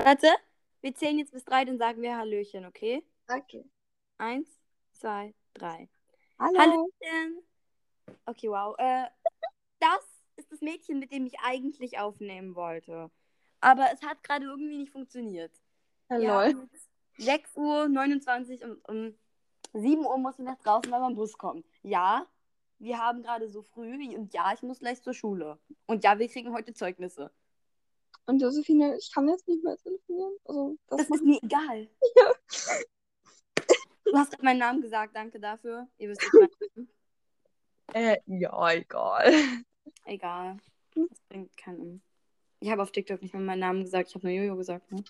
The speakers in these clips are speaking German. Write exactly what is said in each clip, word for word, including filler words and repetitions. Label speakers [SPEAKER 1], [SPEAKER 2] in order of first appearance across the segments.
[SPEAKER 1] Warte, wir zählen jetzt bis drei, dann sagen wir Hallöchen, okay?
[SPEAKER 2] Okay.
[SPEAKER 1] Eins, zwei, drei.
[SPEAKER 2] Hallo.
[SPEAKER 1] Hallöchen. Okay, wow. Äh, das ist das Mädchen, mit dem ich eigentlich aufnehmen wollte. Aber es hat gerade irgendwie nicht funktioniert. Wir
[SPEAKER 2] Hallo.
[SPEAKER 1] haben jetzt sechs Uhr neunundzwanzig und um sieben Uhr muss ich nach draußen, weil mein Bus kommt. Ja, wir haben gerade so früh und ja, ich muss gleich zur Schule. Und ja, wir kriegen heute Zeugnisse.
[SPEAKER 2] Und Josephine, ich kann jetzt nicht mehr telefonieren. Also, das,
[SPEAKER 1] Das
[SPEAKER 2] macht
[SPEAKER 1] ist mir egal.
[SPEAKER 2] ja.
[SPEAKER 1] Du hast gerade meinen Namen gesagt, danke dafür. Ihr wisst jetzt meinen Namen.
[SPEAKER 2] Äh, ja, egal.
[SPEAKER 1] Egal. Das bringt keinen. Ich habe auf TikTok nicht mal meinen Namen gesagt, ich habe nur Jojo gesagt, ne?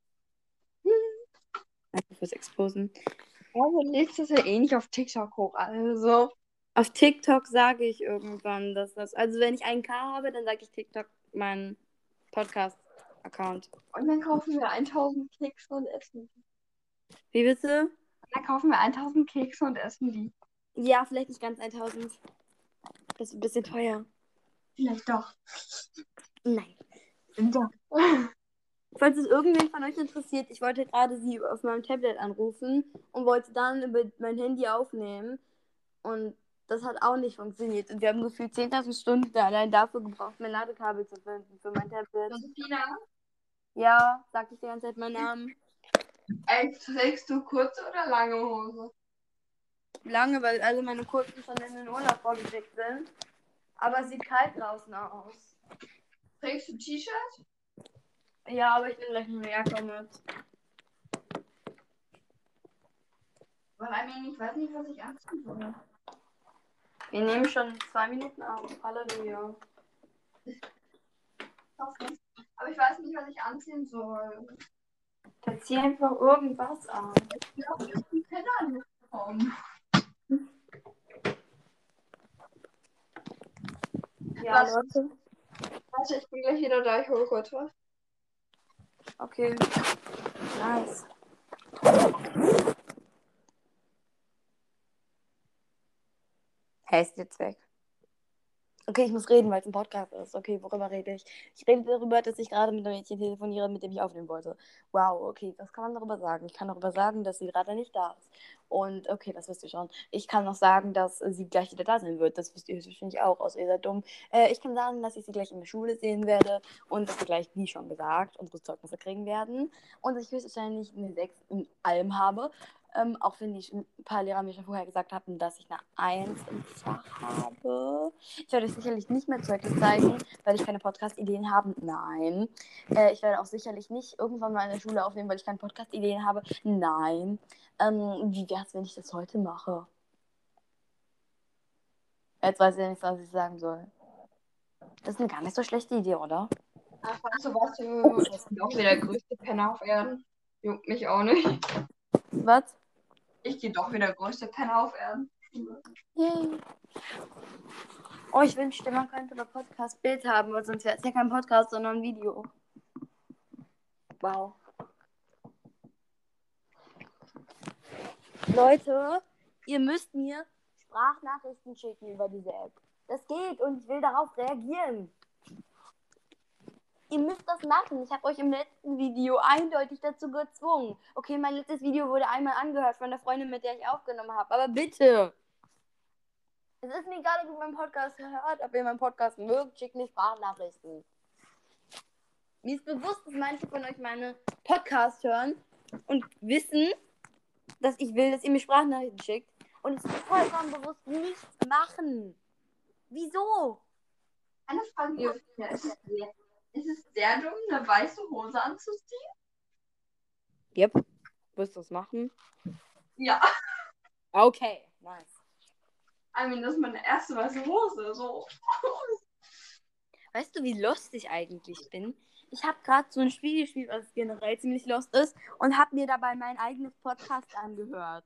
[SPEAKER 1] Danke fürs Exposen.
[SPEAKER 2] Ja, du lädst das ja eh nicht auf TikTok hoch, also.
[SPEAKER 1] Auf TikTok sage ich irgendwann, dass das. Also wenn ich einen K habe, dann sage ich TikTok meinen Podcast-Account.
[SPEAKER 2] Und dann kaufen wir tausend Kekse und essen die.
[SPEAKER 1] Wie bitte?
[SPEAKER 2] Dann kaufen wir tausend Kekse und essen die.
[SPEAKER 1] Ja, vielleicht nicht ganz tausend. Das ist ein bisschen teuer.
[SPEAKER 2] Vielleicht doch.
[SPEAKER 1] Nein.
[SPEAKER 2] Doch.
[SPEAKER 1] Falls es irgendwen von euch interessiert, ich wollte gerade sie auf meinem Tablet anrufen und wollte dann über mein Handy aufnehmen. Und das hat auch nicht funktioniert. Und wir haben gefühlt zehntausend Stunden allein dafür gebraucht, mein Ladekabel zu finden für mein Tablet.
[SPEAKER 2] Josephine,
[SPEAKER 1] Ja, sag ich die ganze Zeit meinen Namen.
[SPEAKER 2] ey, trägst du kurze oder lange Hose?
[SPEAKER 1] Lange, weil alle meine Kurzen schon in den Urlaub vorgeschickt sind. Aber es sieht kalt draußen aus.
[SPEAKER 2] Trägst du T-Shirt?
[SPEAKER 1] Ja, aber ich nehme gleich eine Jacke mit.
[SPEAKER 2] Weil, I mean, ich weiß nicht, was ich anziehen soll.
[SPEAKER 1] Wir nehmen schon zwei Minuten auf. Halleluja.
[SPEAKER 2] Aber ich weiß nicht, was ich anziehen soll.
[SPEAKER 1] Dann zieh einfach irgendwas an.
[SPEAKER 2] Ich glaube, ich die Penner bekommen.
[SPEAKER 1] Ja,
[SPEAKER 2] Was?
[SPEAKER 1] Leute.
[SPEAKER 2] Warte, ich bin gleich wieder da, ich hole kurz was.
[SPEAKER 1] Okay. Nice. Hey, ist jetzt weg. Okay, ich muss reden, weil es ein Podcast ist. Okay, worüber rede ich? Ich rede darüber, dass ich gerade mit einem Mädchen telefoniere, mit dem ich aufnehmen wollte. Wow, okay, was kann man darüber sagen? Ich kann darüber sagen, dass sie gerade nicht da ist. Und okay, das wisst ihr schon. Ich kann noch sagen, dass sie gleich wieder da sein wird. Das wisst ihr höchstwahrscheinlich auch, außer ihr seid dumm. Äh, ich kann sagen, dass ich sie gleich in der Schule sehen werde und dass wir gleich, wie schon gesagt, unsere Zeugnisse kriegen werden. Und dass ich höchstwahrscheinlich eine sechs in allem habe. Ähm, auch wenn die, ein paar Lehrer mir schon vorher gesagt haben, dass ich eine eins im Fach habe. Ich werde euch sicherlich nicht mehr Zeugnis zeigen, weil ich keine Podcast-Ideen habe. Nein. Äh, ich werde auch sicherlich nicht irgendwann mal in der Schule aufnehmen, weil ich keine Podcast-Ideen habe. Nein. Ähm, wie wäre es, wenn ich das heute mache? Jetzt weiß ich ja nicht, was ich sagen soll. Das ist eine gar nicht so schlechte Idee, oder?
[SPEAKER 2] Ach, weißt du was? Du, ich bin auch wieder der größte Penner auf Erden. Juckt mich auch nicht.
[SPEAKER 1] Was?
[SPEAKER 2] Ich gehe doch wieder der größte Penner auf Erden.
[SPEAKER 1] Yay. Oh, ich wünschte, man könnte bei Podcast Bild haben, weil sonst wäre es ja kein Podcast, sondern ein Video. Wow. Leute, ihr müsst mir Sprachnachrichten schicken über diese App. Das geht und ich will darauf reagieren. Ihr müsst das machen. Ich habe euch im letzten Video eindeutig dazu gezwungen. Okay, mein letztes Video wurde einmal angehört von der Freundin, mit der ich aufgenommen habe. Aber bitte. Es ist mir egal, ob ihr meinen Podcast hört, ob ihr meinen Podcast mögt, schickt mir Sprachnachrichten. Mir ist bewusst, dass manche von euch meine Podcasts hören und wissen, dass ich will, dass ihr mir Sprachnachrichten schickt. Und es ist vollkommen bewusst nichts machen. Wieso?
[SPEAKER 2] Eine Frage, ja, ist, es sehr, ist es sehr dumm, eine weiße Hose anzuziehen?
[SPEAKER 1] Yep. Willst du es machen?
[SPEAKER 2] Ja.
[SPEAKER 1] Okay, nice.
[SPEAKER 2] I mean, das ist meine erste weiße Hose. So.
[SPEAKER 1] Weißt du, wie lost ich eigentlich bin? Ich habe gerade so ein Spiel gespielt, was generell ziemlich lost ist, und habe mir dabei mein eigenes Podcast angehört.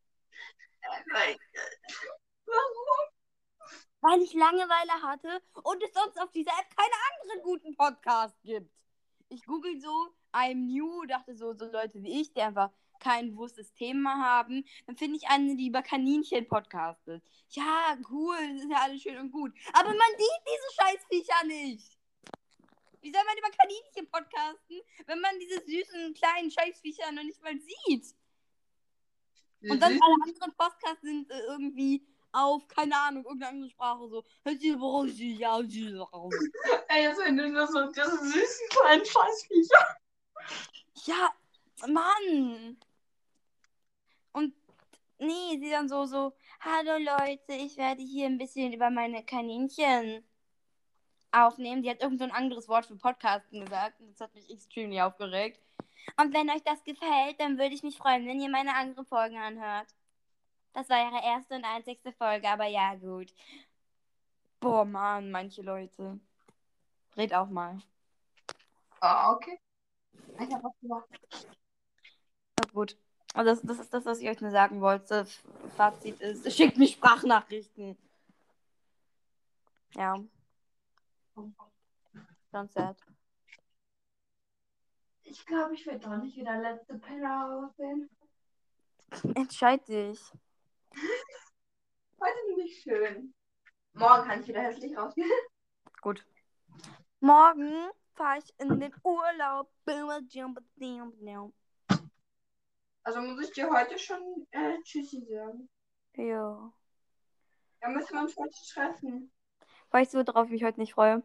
[SPEAKER 2] Warum?
[SPEAKER 1] Weil ich Langeweile hatte und es sonst auf dieser App keine anderen guten Podcasts gibt. Ich google so, I'm new, dachte so, so Leute wie ich, die einfach kein bewusstes Thema haben. Dann finde ich eine, die über Kaninchen podcastet. Ja, cool, das ist ja alles schön und gut. Aber man sieht diese Scheißviecher nicht. Wie soll man über Kaninchen podcasten, wenn man diese süßen kleinen Scheißviecher noch nicht mal sieht? Und dann alle anderen Podcasts sind äh, irgendwie auf, keine Ahnung, irgendeine andere Sprache so.
[SPEAKER 2] Ey, jetzt sind nur so diese süßen kleinen Scheißviecher.
[SPEAKER 1] Ja, Mann. Und nee, sie dann so, so, hallo Leute, ich werde hier ein bisschen über meine Kaninchen aufnehmen. Die hat irgend so ein anderes Wort für Podcasten gesagt und das hat mich extrem aufgeregt. Und wenn euch das gefällt, dann würde ich mich freuen, wenn ihr meine anderen Folgen anhört. Das war ihre erste und einzigste Folge, aber ja, gut. Boah, Mann, manche Leute. Red auch mal.
[SPEAKER 2] Ah, okay. Ich hab was gemacht.
[SPEAKER 1] Na gut. Und das, das ist das, was ich euch nur sagen wollte. Fazit ist, schickt mir Sprachnachrichten. Ja. Ganz sad.
[SPEAKER 2] Ich glaube, ich werde doch nicht wieder letzte Penner aussehen.
[SPEAKER 1] Entscheid dich.
[SPEAKER 2] Heute bin ich schön. Morgen kann ich wieder hässlich rausgehen.
[SPEAKER 1] Gut. Morgen fahre ich in den Urlaub.
[SPEAKER 2] Also muss ich dir heute schon äh, Tschüssi sagen.
[SPEAKER 1] Ja.
[SPEAKER 2] Da müssen wir uns heute treffen.
[SPEAKER 1] Weißt du, worauf ich mich heute nicht freue?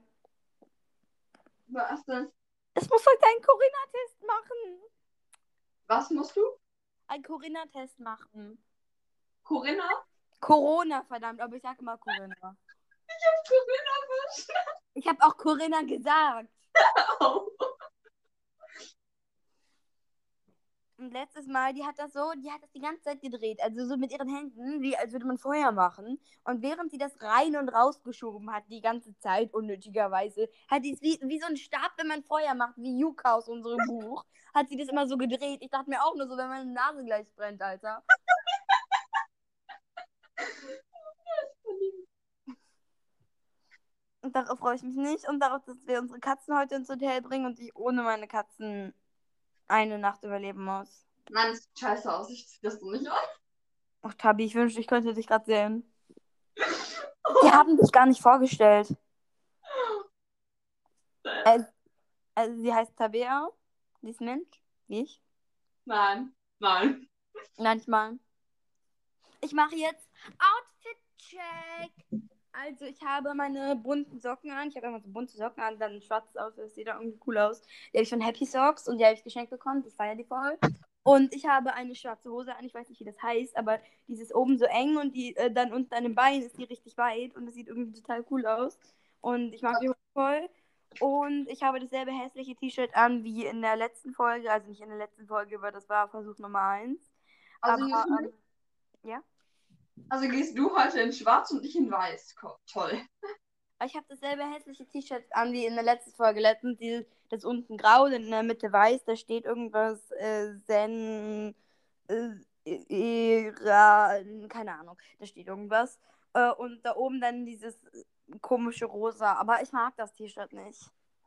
[SPEAKER 2] Was denn?
[SPEAKER 1] Ich muss heute einen Corinna-Test machen.
[SPEAKER 2] Was musst du?
[SPEAKER 1] Einen Corinna-Test machen.
[SPEAKER 2] Corinna?
[SPEAKER 1] Corona, verdammt, aber ich sage immer Corinna.
[SPEAKER 2] Ich hab Corinna verstanden.
[SPEAKER 1] Ich habe auch Corinna gesagt.
[SPEAKER 2] Oh.
[SPEAKER 1] Und letztes Mal, die hat das so, die hat das die ganze Zeit gedreht. Also so mit ihren Händen, wie als würde man Feuer machen. Und während sie das rein und rausgeschoben hat, die ganze Zeit, unnötigerweise, hat die es wie, wie so ein Stab, wenn man Feuer macht, wie Yuka aus unserem Buch, hat sie das immer so gedreht. Ich dachte mir auch nur so, wenn meine Nase gleich brennt, Alter. Und darauf freue ich mich nicht. Und darauf, dass wir unsere Katzen heute ins Hotel bringen und ich ohne meine Katzen eine Nacht überleben muss.
[SPEAKER 2] Nein, das sieht scheiße aus. Ich zieh das so nicht an.
[SPEAKER 1] Ach, Tabi, ich wünschte, ich könnte dich gerade sehen. Die haben dich gar nicht vorgestellt. Also, also sie heißt Tabea. Sie ist Mensch, wie ich.
[SPEAKER 2] Nein, nein.
[SPEAKER 1] Manchmal. Ich mache jetzt Outfit-Check. Also ich habe meine bunten Socken an. Ich habe immer so bunte Socken an, dann ein schwarzes Outfit. Das sieht auch irgendwie cool aus. Die habe ich von Happy Socks und die habe ich geschenkt bekommen. Ich feiere die voll. Und ich habe eine schwarze Hose an. Ich weiß nicht, wie das heißt, aber die ist oben so eng und die äh, dann unten an den Beinen ist die richtig weit und das sieht irgendwie total cool aus. Und ich mag die Hose voll. Und ich habe dasselbe hässliche T-Shirt an wie in der letzten Folge. Also nicht in der letzten Folge, aber das war Versuch Nummer eins.
[SPEAKER 2] Also,
[SPEAKER 1] aber, ähm, ja.
[SPEAKER 2] Also gehst du heute in schwarz und ich in weiß. Toll.
[SPEAKER 1] Ich habe dasselbe hässliche T-Shirt an wie in der letzten Folge. Letztens die, das unten grau, in der Mitte weiß. Da steht irgendwas äh, Zen. Äh, Ära, keine Ahnung. Da steht irgendwas. Äh, und da oben dann dieses komische Rosa. Aber ich mag das T-Shirt nicht.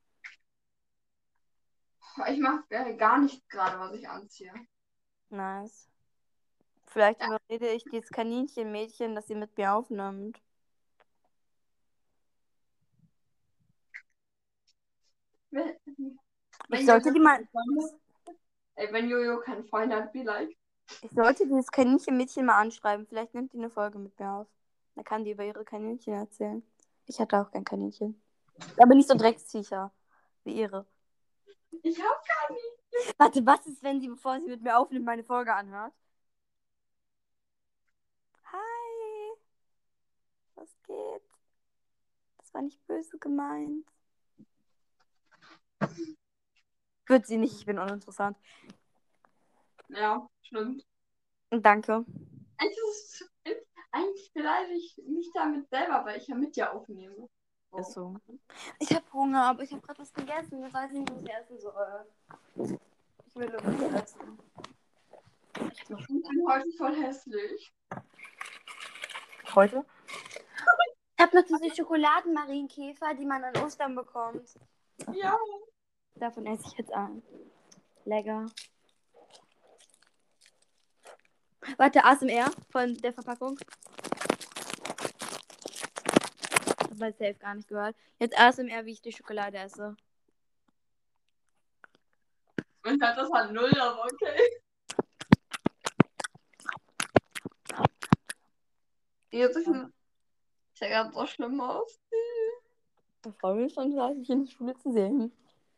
[SPEAKER 2] Ich mag äh, gar nicht gerade, was ich anziehe.
[SPEAKER 1] Nice. Vielleicht ja. überrede ich dieses Kaninchenmädchen, dass sie mit mir aufnimmt.
[SPEAKER 2] Wenn,
[SPEAKER 1] ich sollte die mal.
[SPEAKER 2] Ey, wenn Jojo keinen Freund hat, be like.
[SPEAKER 1] Ich sollte dieses Kaninchenmädchen mal anschreiben. Vielleicht nimmt die eine Folge mit mir auf. Dann kann die über ihre Kaninchen erzählen. Ich hatte auch kein Kaninchen. Aber nicht so Drecksviecher wie ihre.
[SPEAKER 2] Ich hab gar nicht.
[SPEAKER 1] Warte, was ist, wenn sie, bevor sie mit mir aufnimmt, meine Folge anhört? Hi. Was geht? Das war nicht böse gemeint. Wird sie nicht, ich bin uninteressant.
[SPEAKER 2] Ja, stimmt.
[SPEAKER 1] Danke.
[SPEAKER 2] Eigentlich, ist, eigentlich beleidige ich mich damit selber, weil ich ja mit dir aufnehme.
[SPEAKER 1] Oh. Ist so. Ich habe Hunger, aber ich habe gerade was gegessen. Ich weiß nicht, was ich essen soll. Ich will irgendwas essen.
[SPEAKER 2] Ich bin heute voll hässlich.
[SPEAKER 1] Heute? Ich habe noch diese Schokoladenmarienkäfer, die man an Ostern bekommt.
[SPEAKER 2] Ja.
[SPEAKER 1] Davon esse ich jetzt an. Lecker. Warte, A S M R von der Verpackung. Das habe ich safe gar nicht gehört. Jetzt A S M R, wie ich die Schokolade esse.
[SPEAKER 2] Man hört das halt null, aber okay. Jetzt sieht ja ganz so schlimm aus.
[SPEAKER 1] Ich freue mich schon, dich in der Schule zu sehen.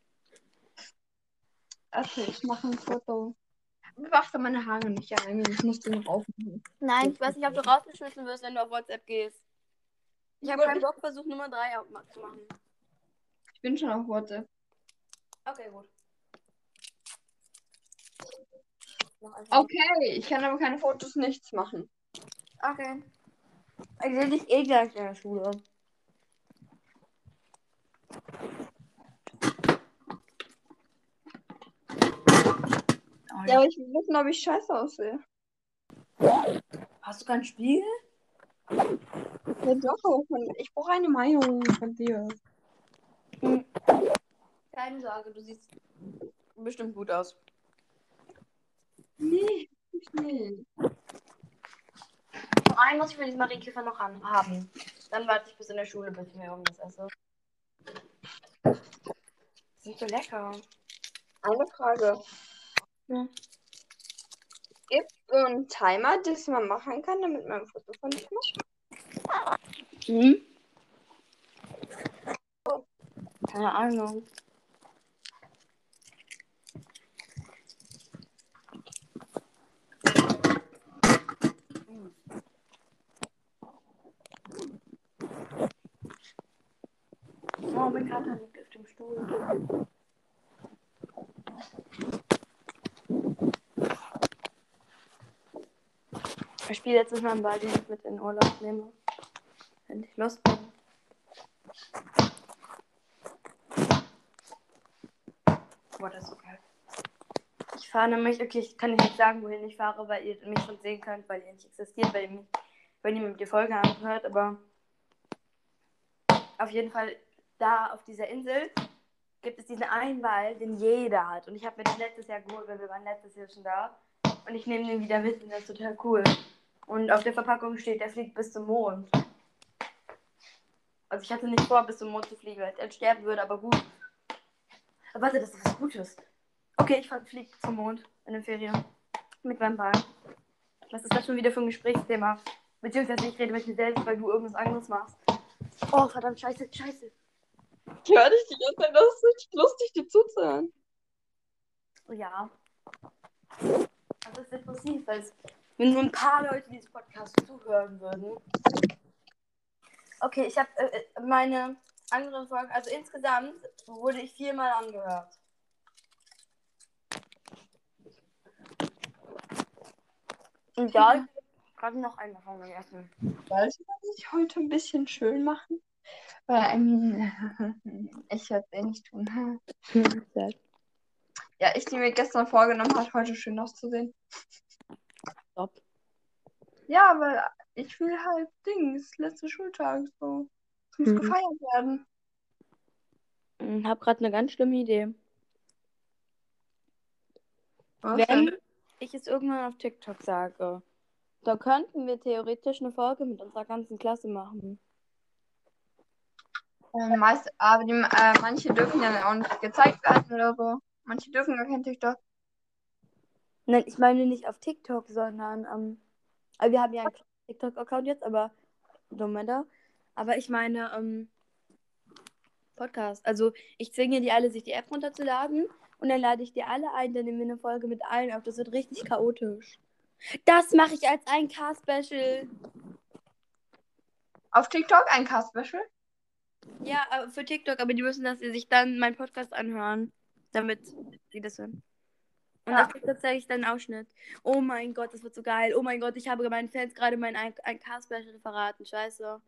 [SPEAKER 2] Okay, ich mache ein Foto. Bewachte meine Haare nicht ein. Ich muss die noch aufmachen.
[SPEAKER 1] Nein, ich weiß nicht, ob du rausgeschmissen wirst, wenn du auf WhatsApp gehst. Ich habe keinen Bock, Versuch Nummer drei zu machen.
[SPEAKER 2] Ich bin schon auf WhatsApp.
[SPEAKER 1] Okay, gut.
[SPEAKER 2] Okay, ich kann aber keine Fotos, nichts machen.
[SPEAKER 1] Okay. Ich sehe dich eh gleich in der Schule.
[SPEAKER 2] Ja, aber ich will wissen, ob ich scheiße aussehe.
[SPEAKER 1] Hast du kein Spiel?
[SPEAKER 2] Ja, doch. Ich brauche eine Meinung von dir.
[SPEAKER 1] Hm. Keine Sorge, du siehst bestimmt gut aus.
[SPEAKER 2] Nee, ich nicht.
[SPEAKER 1] Vor allem muss ich mir diesen Marienkäfer noch haben. Dann warte ich bis in der Schule, bis ich mir irgendwas esse. Die sind so lecker.
[SPEAKER 2] Eine Frage.
[SPEAKER 1] Ja.
[SPEAKER 2] Gibt es so einen Timer, das man machen kann, damit man ein Foto von dich macht?
[SPEAKER 1] Hm? Keine Ahnung. Oh, mein Kater liegt auf dem Stuhl. Ich spiele jetzt nicht mal einen Ball, den ich mit in den Urlaub nehme. Wenn ich Lust bin. Boah, das ist so geil. Ich fahre nämlich, okay, ich kann nicht sagen, wohin ich fahre, weil ihr mich schon sehen könnt, weil ihr nicht existiert, weil ihr, mich, weil ihr mir die Folge anhört, aber auf jeden Fall da auf dieser Insel gibt es diesen einen Wald, den jeder hat. Und ich habe mir den letztes Jahr geholt, weil wir waren letztes Jahr schon da. Und ich nehme den wieder mit und das ist total cool. Und auf der Verpackung steht, der fliegt bis zum Mond. Also ich hatte nicht vor, bis zum Mond zu fliegen, weil er sterben würde, aber gut. Aber warte, das ist was Gutes. Okay, ich fliege zum Mond in den Ferien. Mit meinem Ball. Was ist das schon wieder für ein Gesprächsthema? Beziehungsweise ich rede mit mir selbst, weil du irgendwas anderes machst. Oh, verdammt, scheiße, scheiße.
[SPEAKER 2] Ich höre dich die ganze Zeit, das ist richtig lustig, dir zuzuhören.
[SPEAKER 1] Ja. Das ist depressiv, weil es, wenn nur ein paar Leute dieses Podcast zuhören würden. Okay, ich habe äh, meine anderen Folgen, also insgesamt wurde ich viermal angehört. Und da ich gerade noch einen davon gegessen.
[SPEAKER 2] Sollte man sich heute ein bisschen schön machen? Weil, ähm, ich werde es eh nicht tun. Ja, ich, die mir gestern vorgenommen hat, heute schön auszusehen.
[SPEAKER 1] Stopp.
[SPEAKER 2] Ja, weil ich will halt Dings, letzter Schultag, so. Es muss
[SPEAKER 1] Mhm.
[SPEAKER 2] gefeiert werden.
[SPEAKER 1] Ich habe gerade eine ganz schlimme Idee.
[SPEAKER 2] Was
[SPEAKER 1] Wenn
[SPEAKER 2] denn?
[SPEAKER 1] ich es irgendwann auf TikTok sage, da könnten wir theoretisch eine Folge mit unserer ganzen Klasse machen.
[SPEAKER 2] Ähm, meist, aber die, äh, manche dürfen ja auch nicht gezeigt werden oder so. Manche dürfen gar kein TikTok.
[SPEAKER 1] Nein, ich meine nicht auf TikTok, sondern ähm, also wir haben ja einen TikTok-Account jetzt, aber Domenda. Aber ich meine ähm, Podcast. Also ich zwinge die alle, sich die App runterzuladen und dann lade ich die alle ein, dann nehmen wir eine Folge mit allen auf. Das wird richtig chaotisch. Das mache ich als ein K-Special.
[SPEAKER 2] Auf TikTok ein Cast-Special?
[SPEAKER 1] Ja, aber für TikTok, aber die müssen, dass sie sich dann meinen Podcast anhören, damit sie das hören. Und
[SPEAKER 2] Ja.
[SPEAKER 1] auf TikTok zeige ich dann einen Ausschnitt. Oh mein Gott, das wird so geil. Oh mein Gott, ich habe meinen Fans gerade mein ein K-Special verraten. Scheiße.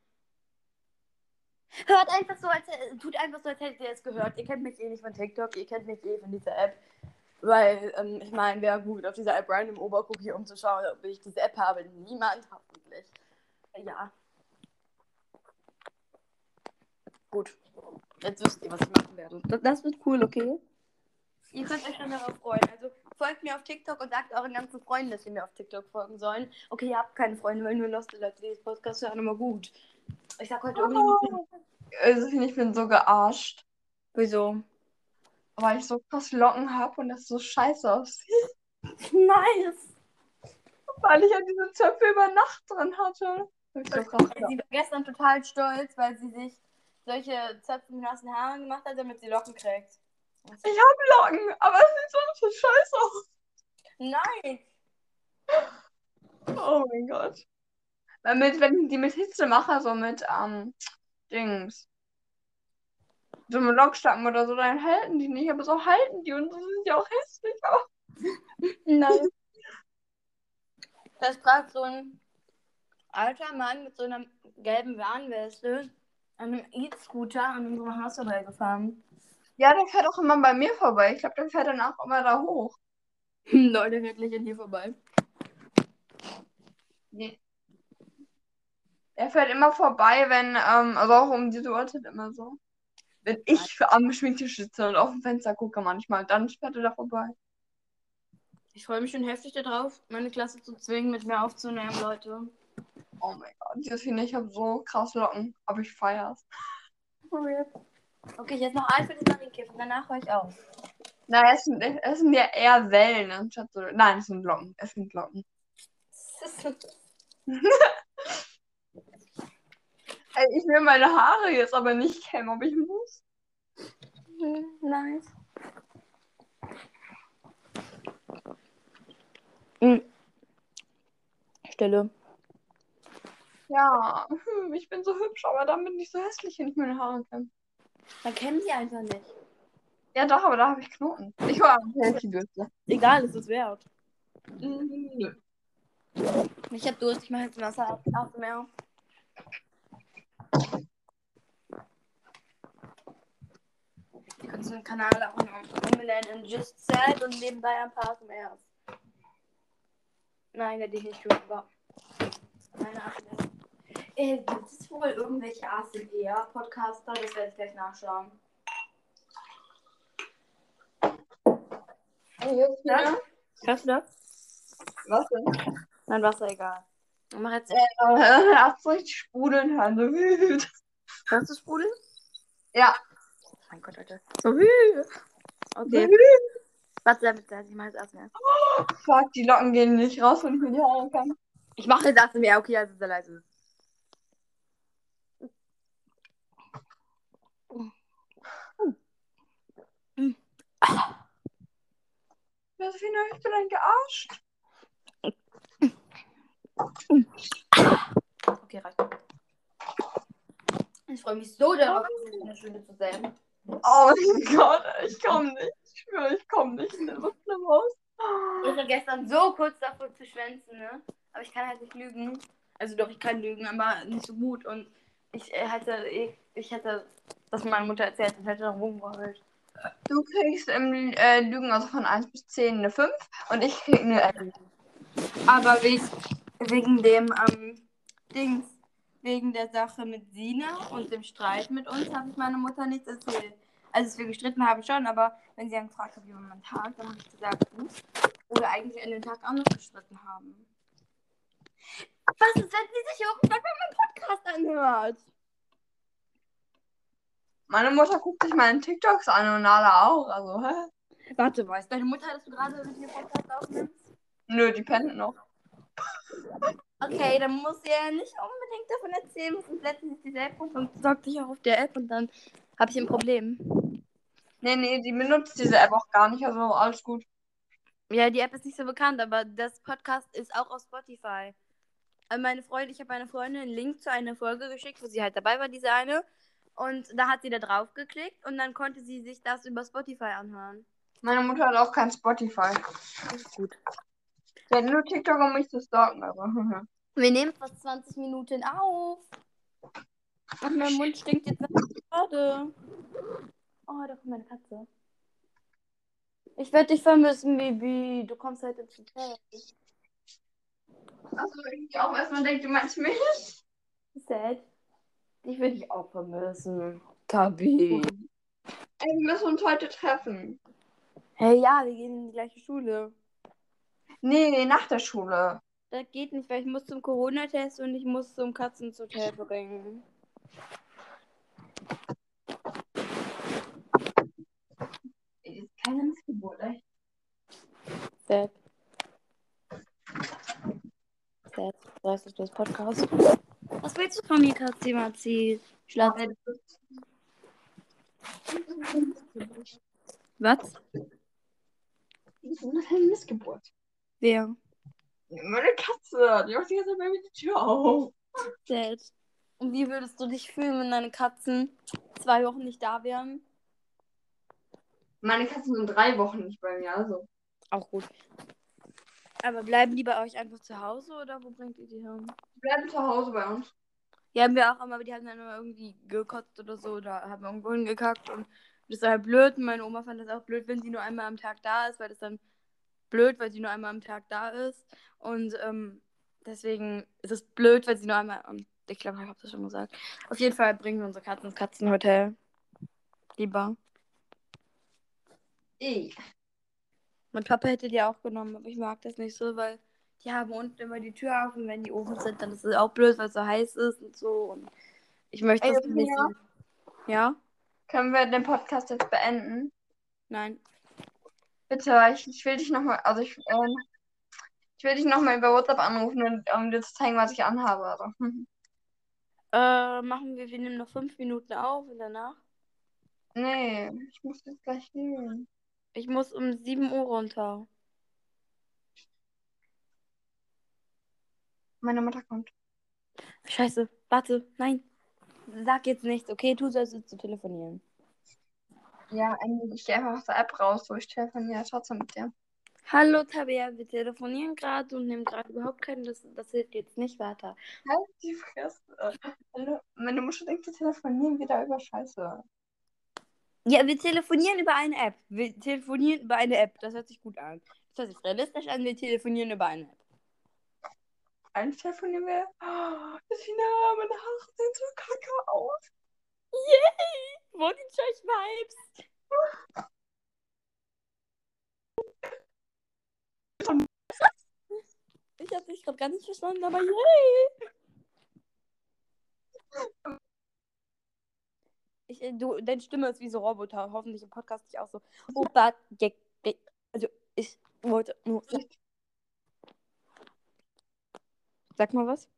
[SPEAKER 1] Hört einfach so, als tut einfach so, als hättet ihr es gehört. Ihr kennt mich eh nicht von TikTok, ihr kennt mich eh von dieser App. Weil, ähm, ich meine, wer googelt auf dieser App random Obercookie, um zu schauen, ob ich diese App habe? Niemand, hoffentlich. Ja. Gut. Jetzt wisst ihr, was ich machen werde. Das, das wird cool, okay? Ihr könnt euch schon darauf freuen. Also folgt mir auf TikTok und sagt euren ganzen Freunden, dass sie mir auf TikTok folgen sollen. Okay, ihr habt keine Freunde, weil nur Lost Leute, die das Podcast hören, immer gut. Ich sag heute irgendwie.
[SPEAKER 2] Oh. Also ich bin so gearscht.
[SPEAKER 1] Wieso?
[SPEAKER 2] weil ich so krass Locken habe und das so scheiße aussieht.
[SPEAKER 1] Nice.
[SPEAKER 2] Weil ich ja diese Zöpfe über Nacht drin hatte. Hab ich so krass
[SPEAKER 1] Sie war gestern total stolz, weil sie sich solche Zöpfe mit nassen Haaren gemacht hat, damit sie Locken kriegt.
[SPEAKER 2] Ich habe Locken, aber es sieht so richtig scheiße aus.
[SPEAKER 1] Nice.
[SPEAKER 2] Oh mein Gott. Weil mit, wenn ich die mit Hitze mache, so mit ähm, Dings, so mit Lockstangen oder so, dann halten die nicht, aber so halten die und so sind die auch hässlich aus.
[SPEAKER 1] Nice. Da ist gerade so ein alter Mann mit so einer gelben Warnweste an einem E-Scooter an unserem Haus vorbeigefahren.
[SPEAKER 2] Ja, der fährt auch immer bei mir vorbei. Ich glaube, der fährt dann auch immer da hoch.
[SPEAKER 1] Leute, wirklich an dir vorbei.
[SPEAKER 2] Nee. Der fährt immer vorbei, wenn, ähm, also auch um diese Uhrzeit immer so. Wenn ich für am Schminktisch sitze und auf dem Fenster gucke manchmal, dann fährt er da vorbei.
[SPEAKER 1] Ich freue mich schon heftig darauf, meine Klasse zu zwingen, mit mir aufzunehmen, Leute.
[SPEAKER 2] Oh mein Gott, dieses finde ich habe so krass Locken, aber ich feier's.
[SPEAKER 1] Okay, jetzt noch ein für den Marienkäfer, danach höre ich auf.
[SPEAKER 2] Na, es sind, es sind ja eher Wellen anstatt so. Nein, es sind Locken. Es sind Locken. Hey, ich will meine Haare jetzt aber nicht kämmen, ob ich muss.
[SPEAKER 1] Nice. Mhm. Stille.
[SPEAKER 2] Ja, hm, ich bin so hübsch, aber dann bin ich so hässlich, wenn ich meine Haare kämme.
[SPEAKER 1] Dann kennen sie einfach nicht.
[SPEAKER 2] Ja, doch, aber da habe ich Knoten. Ich hole eine die Bürste.
[SPEAKER 1] Egal, es ist wert.
[SPEAKER 2] Nö.
[SPEAKER 1] Ich hab Durst, ich mache jetzt Wasser auf dem Meer. Ich kann den Kanal auch noch umbenennen in Just Sad und nebenbei ein paar zum Erst. Nein, werde ich nicht tun, aber meine Achtung. Äh, gibt es wohl irgendwelche A S M R-Podcaster? Das werde ich gleich nachschauen.
[SPEAKER 2] Oh, jetzt wieder?
[SPEAKER 1] Hörst du das?
[SPEAKER 2] Was denn?
[SPEAKER 1] Mein Wasser, egal. Ich mach jetzt.
[SPEAKER 2] Äh, hast du richtig sprudeln hören. So wüt.
[SPEAKER 1] Hörst du Sprudel?
[SPEAKER 2] Ja.
[SPEAKER 1] Mein Gott, Leute. So hü. Okay. Warte damit, ich mache jetzt erstmal.
[SPEAKER 2] Oh, fuck, die Locken gehen nicht raus, wenn ich mir die Haare kann.
[SPEAKER 1] Ich mache jetzt erstmal mehr, okay, also sehr leise.
[SPEAKER 2] Josephine, ich bin ein gearscht.
[SPEAKER 1] Okay, reicht. Ich freue mich so darauf, in der Schule zu sein.
[SPEAKER 2] Oh mein Gott, ich komme nicht. Ich schwöre, ich komme nicht. Das sieht so schlimm aus.
[SPEAKER 1] Ich war gestern so kurz davor zu schwänzen, ne? Aber ich kann halt nicht lügen. Also doch, ich kann lügen, aber nicht so gut. Und ich äh, hatte, ich, ich hätte das meiner Mutter erzählt und hätte dann rumgeheult.
[SPEAKER 2] Du kriegst im äh, Lügen also von eins bis zehn eine fünf und ich krieg eine elf.
[SPEAKER 1] Aber wegen, wegen dem ähm, Dings, wegen der Sache mit Sina und dem Streit mit uns, habe ich meiner Mutter nichts erzählt. Also, dass wir gestritten haben schon, aber wenn sie dann gefragt hat, wie war mein Tag, dann habe ich gesagt, gut. Oder eigentlich an den Tag auch noch gestritten haben. Was ist, wenn sie sich irgendwann bei meinem Podcast anhört?
[SPEAKER 2] Meine Mutter guckt sich meine TikToks an und Nala auch. Also, hä?
[SPEAKER 1] Warte, weiß deine Mutter, dass du gerade mit mir Podcast aufnimmst?
[SPEAKER 2] Nö, die pennt noch.
[SPEAKER 1] Okay, dann muss sie ja nicht unbedingt davon erzählen, was ist letztens die App und sorgt sich auch auf der App und dann habe ich ein Problem.
[SPEAKER 2] Nee, nee, die benutzt diese App auch gar nicht. Also, alles gut.
[SPEAKER 1] Ja, die App ist nicht so bekannt, aber das Podcast ist auch auf Spotify. Also meine Freundin, ich habe meiner Freundin einen Link zu einer Folge geschickt, wo sie halt dabei war, diese eine. Und da hat sie da drauf geklickt und dann konnte sie sich das über Spotify anhören.
[SPEAKER 2] Meine Mutter hat auch kein Spotify.
[SPEAKER 1] Das ist gut.
[SPEAKER 2] Die hat nur TikTok, um mich zu stalken. Aber,
[SPEAKER 1] Wir nehmen fast zwanzig Minuten auf. Und mein Mund stinkt jetzt gerade. Oh, da kommt meine Katze. Ich werde dich vermissen, Baby. Du kommst heute ins Hotel.
[SPEAKER 2] Achso, ich auch erstmal denke, du meinst mich?
[SPEAKER 1] Sad. Ich würde dich auch vermissen. Tabi.
[SPEAKER 2] Ey, wir müssen uns heute treffen.
[SPEAKER 1] Hey, ja, wir gehen in die gleiche Schule.
[SPEAKER 2] Nee, nach der Schule.
[SPEAKER 1] Das geht nicht, weil ich muss zum Corona-Test und ich muss zum Katzenhotel bringen.
[SPEAKER 2] Missgeburt, echt.
[SPEAKER 1] Sad. Sad. Das ist das Podcast. Was willst du von mir, Katzi, Matzi?
[SPEAKER 2] Oh,
[SPEAKER 1] Schlatz.
[SPEAKER 2] ey, das ist das ist eine Missgeburt.
[SPEAKER 1] Was?
[SPEAKER 2] Das ist eine Missgeburt.
[SPEAKER 1] Wer?
[SPEAKER 2] Meine Katze, die macht die ganze Zeit bei mir die Tür auf.
[SPEAKER 1] Sad. Und wie würdest du dich fühlen, wenn deine Katzen zwei Wochen nicht da wären?
[SPEAKER 2] Meine Katzen sind drei Wochen nicht bei mir, also.
[SPEAKER 1] Auch gut. Aber bleiben die bei euch einfach zu Hause oder wo bringt ihr die hin?
[SPEAKER 2] Die bleiben zu Hause bei uns.
[SPEAKER 1] Die haben wir auch immer, aber die haben dann immer irgendwie gekotzt oder so oder haben irgendwo hingekackt und das ist halt blöd. Und meine Oma fand das auch blöd, wenn sie nur einmal am Tag da ist, weil das dann blöd, weil sie nur einmal am Tag da ist. Und ähm, deswegen ist es blöd, weil sie nur einmal am. Ich glaube, ich habe das schon gesagt. Auf jeden Fall bringen wir unsere Katzen ins Katzenhotel. Lieber.
[SPEAKER 2] Ey.
[SPEAKER 1] Mein Papa hätte die auch genommen, aber ich mag das nicht so, weil die haben unten immer die Tür auf und wenn die oben sind, dann ist es auch blöd, weil es so heiß ist und so. Und ich möchte
[SPEAKER 2] Ey,
[SPEAKER 1] das nicht
[SPEAKER 2] Sophia,
[SPEAKER 1] so. Ja?
[SPEAKER 2] können wir den Podcast jetzt beenden?
[SPEAKER 1] Nein.
[SPEAKER 2] Bitte, weil ich, ich will dich nochmal, also ich, ähm, ich will dich nochmal über WhatsApp anrufen, und, um dir zu zeigen, was ich anhabe. Also. hm.
[SPEAKER 1] Äh, machen wir, wir nehmen noch fünf Minuten auf und danach.
[SPEAKER 2] Nee, ich muss jetzt gleich gehen.
[SPEAKER 1] Ich muss um sieben Uhr runter.
[SPEAKER 2] Meine Mutter kommt.
[SPEAKER 1] Scheiße, warte, nein. Sag jetzt nichts, okay? Du sollst jetzt zu telefonieren.
[SPEAKER 2] Ja, eigentlich, ich gehe einfach aus der App raus, so ich telefoniere trotzdem mit dir.
[SPEAKER 1] Hallo Tabea, wir telefonieren gerade und nehmen gerade überhaupt keinen, das, das hilft jetzt nicht weiter.
[SPEAKER 2] Halt die Fresse. Hallo, meine Mutter denkt, wir telefonieren wieder über Scheiße.
[SPEAKER 1] Ja, wir telefonieren über eine App. Wir telefonieren über eine App, das hört sich gut an. Das hört sich realistisch an, wir telefonieren über eine App.
[SPEAKER 2] Eigentlich telefonieren wir. Oh, Tina, meine Haare sehen so kacke aus.
[SPEAKER 1] Yay! Morgenscheich Vibes! Ich hab dich gerade gar nicht verstanden, aber yay! Ich, äh, du, deine Stimme ist wie so Roboter, hoffentlich im Podcast nicht auch so. Opa, Jack, Jack. Also, ich wollte nur. Sag mal was.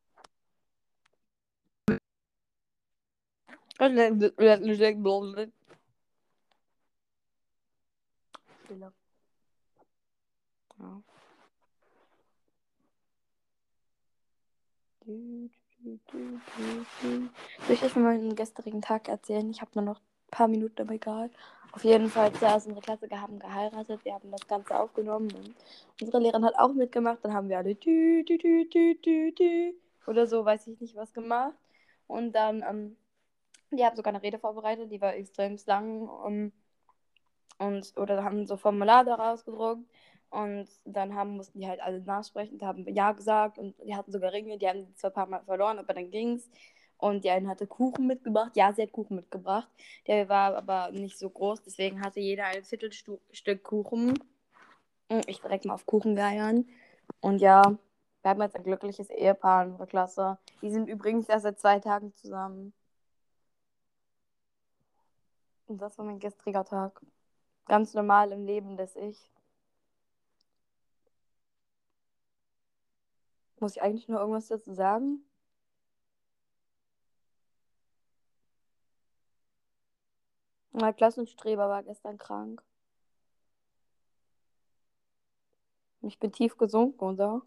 [SPEAKER 1] Stille. Ja. Soll ich euch von meinem gestrigen Tag erzählen? Ich habe nur noch ein paar Minuten, aber egal. Auf jeden Fall, zuerst unsere Klasse haben geheiratet. Wir haben das Ganze aufgenommen und unsere Lehrerin hat auch mitgemacht. Dann haben wir alle tü, tü, tü, tü, tü, tü, oder so, weiß ich nicht, was gemacht. Und dann, ähm, die haben sogar eine Rede vorbereitet, die war extrem lang. Um, und, oder haben so Formulare rausgedruckt. Und dann haben, mussten die halt alle nachsprechen, und haben Ja gesagt und die hatten sogar Ringe, die haben zwar ein paar Mal verloren, aber dann ging's. Und die eine hatte Kuchen mitgebracht. Ja, sie hat Kuchen mitgebracht. Der war aber nicht so groß, deswegen hatte jeder ein Viertelstück Kuchen. Ich direkt mal auf Kuchen geiern. Und ja, wir haben jetzt ein glückliches Ehepaar in unserer Klasse. Die sind übrigens erst seit zwei Tagen zusammen. Und das war mein gestriger Tag. Ganz normal im Leben des Ich. Muss ich eigentlich noch irgendwas dazu sagen? Mein Klassenstreber war gestern krank. Ich bin tief gesunken, oder?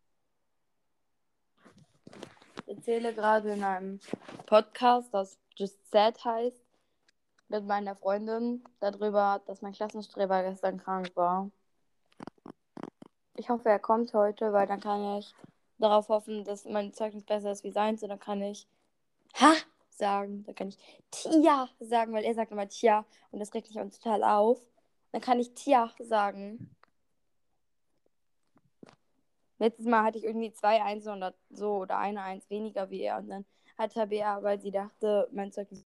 [SPEAKER 1] Ich erzähle gerade in einem Podcast, das Just Sad heißt, mit meiner Freundin darüber, dass mein Klassenstreber gestern krank war. Ich hoffe, er kommt heute, weil dann kann ich darauf hoffen, dass mein Zeugnis besser ist wie seins. Und dann kann ich Ha sagen. Dann kann ich Tia sagen, weil er sagt immer Tia. Und das regt mich uns total auf. Dann kann ich Tia sagen. Letztes Mal hatte ich irgendwie zwei Einsen oder so oder eine Eins weniger wie er. Und dann hat Tabea, weil sie dachte, mein Zeugnis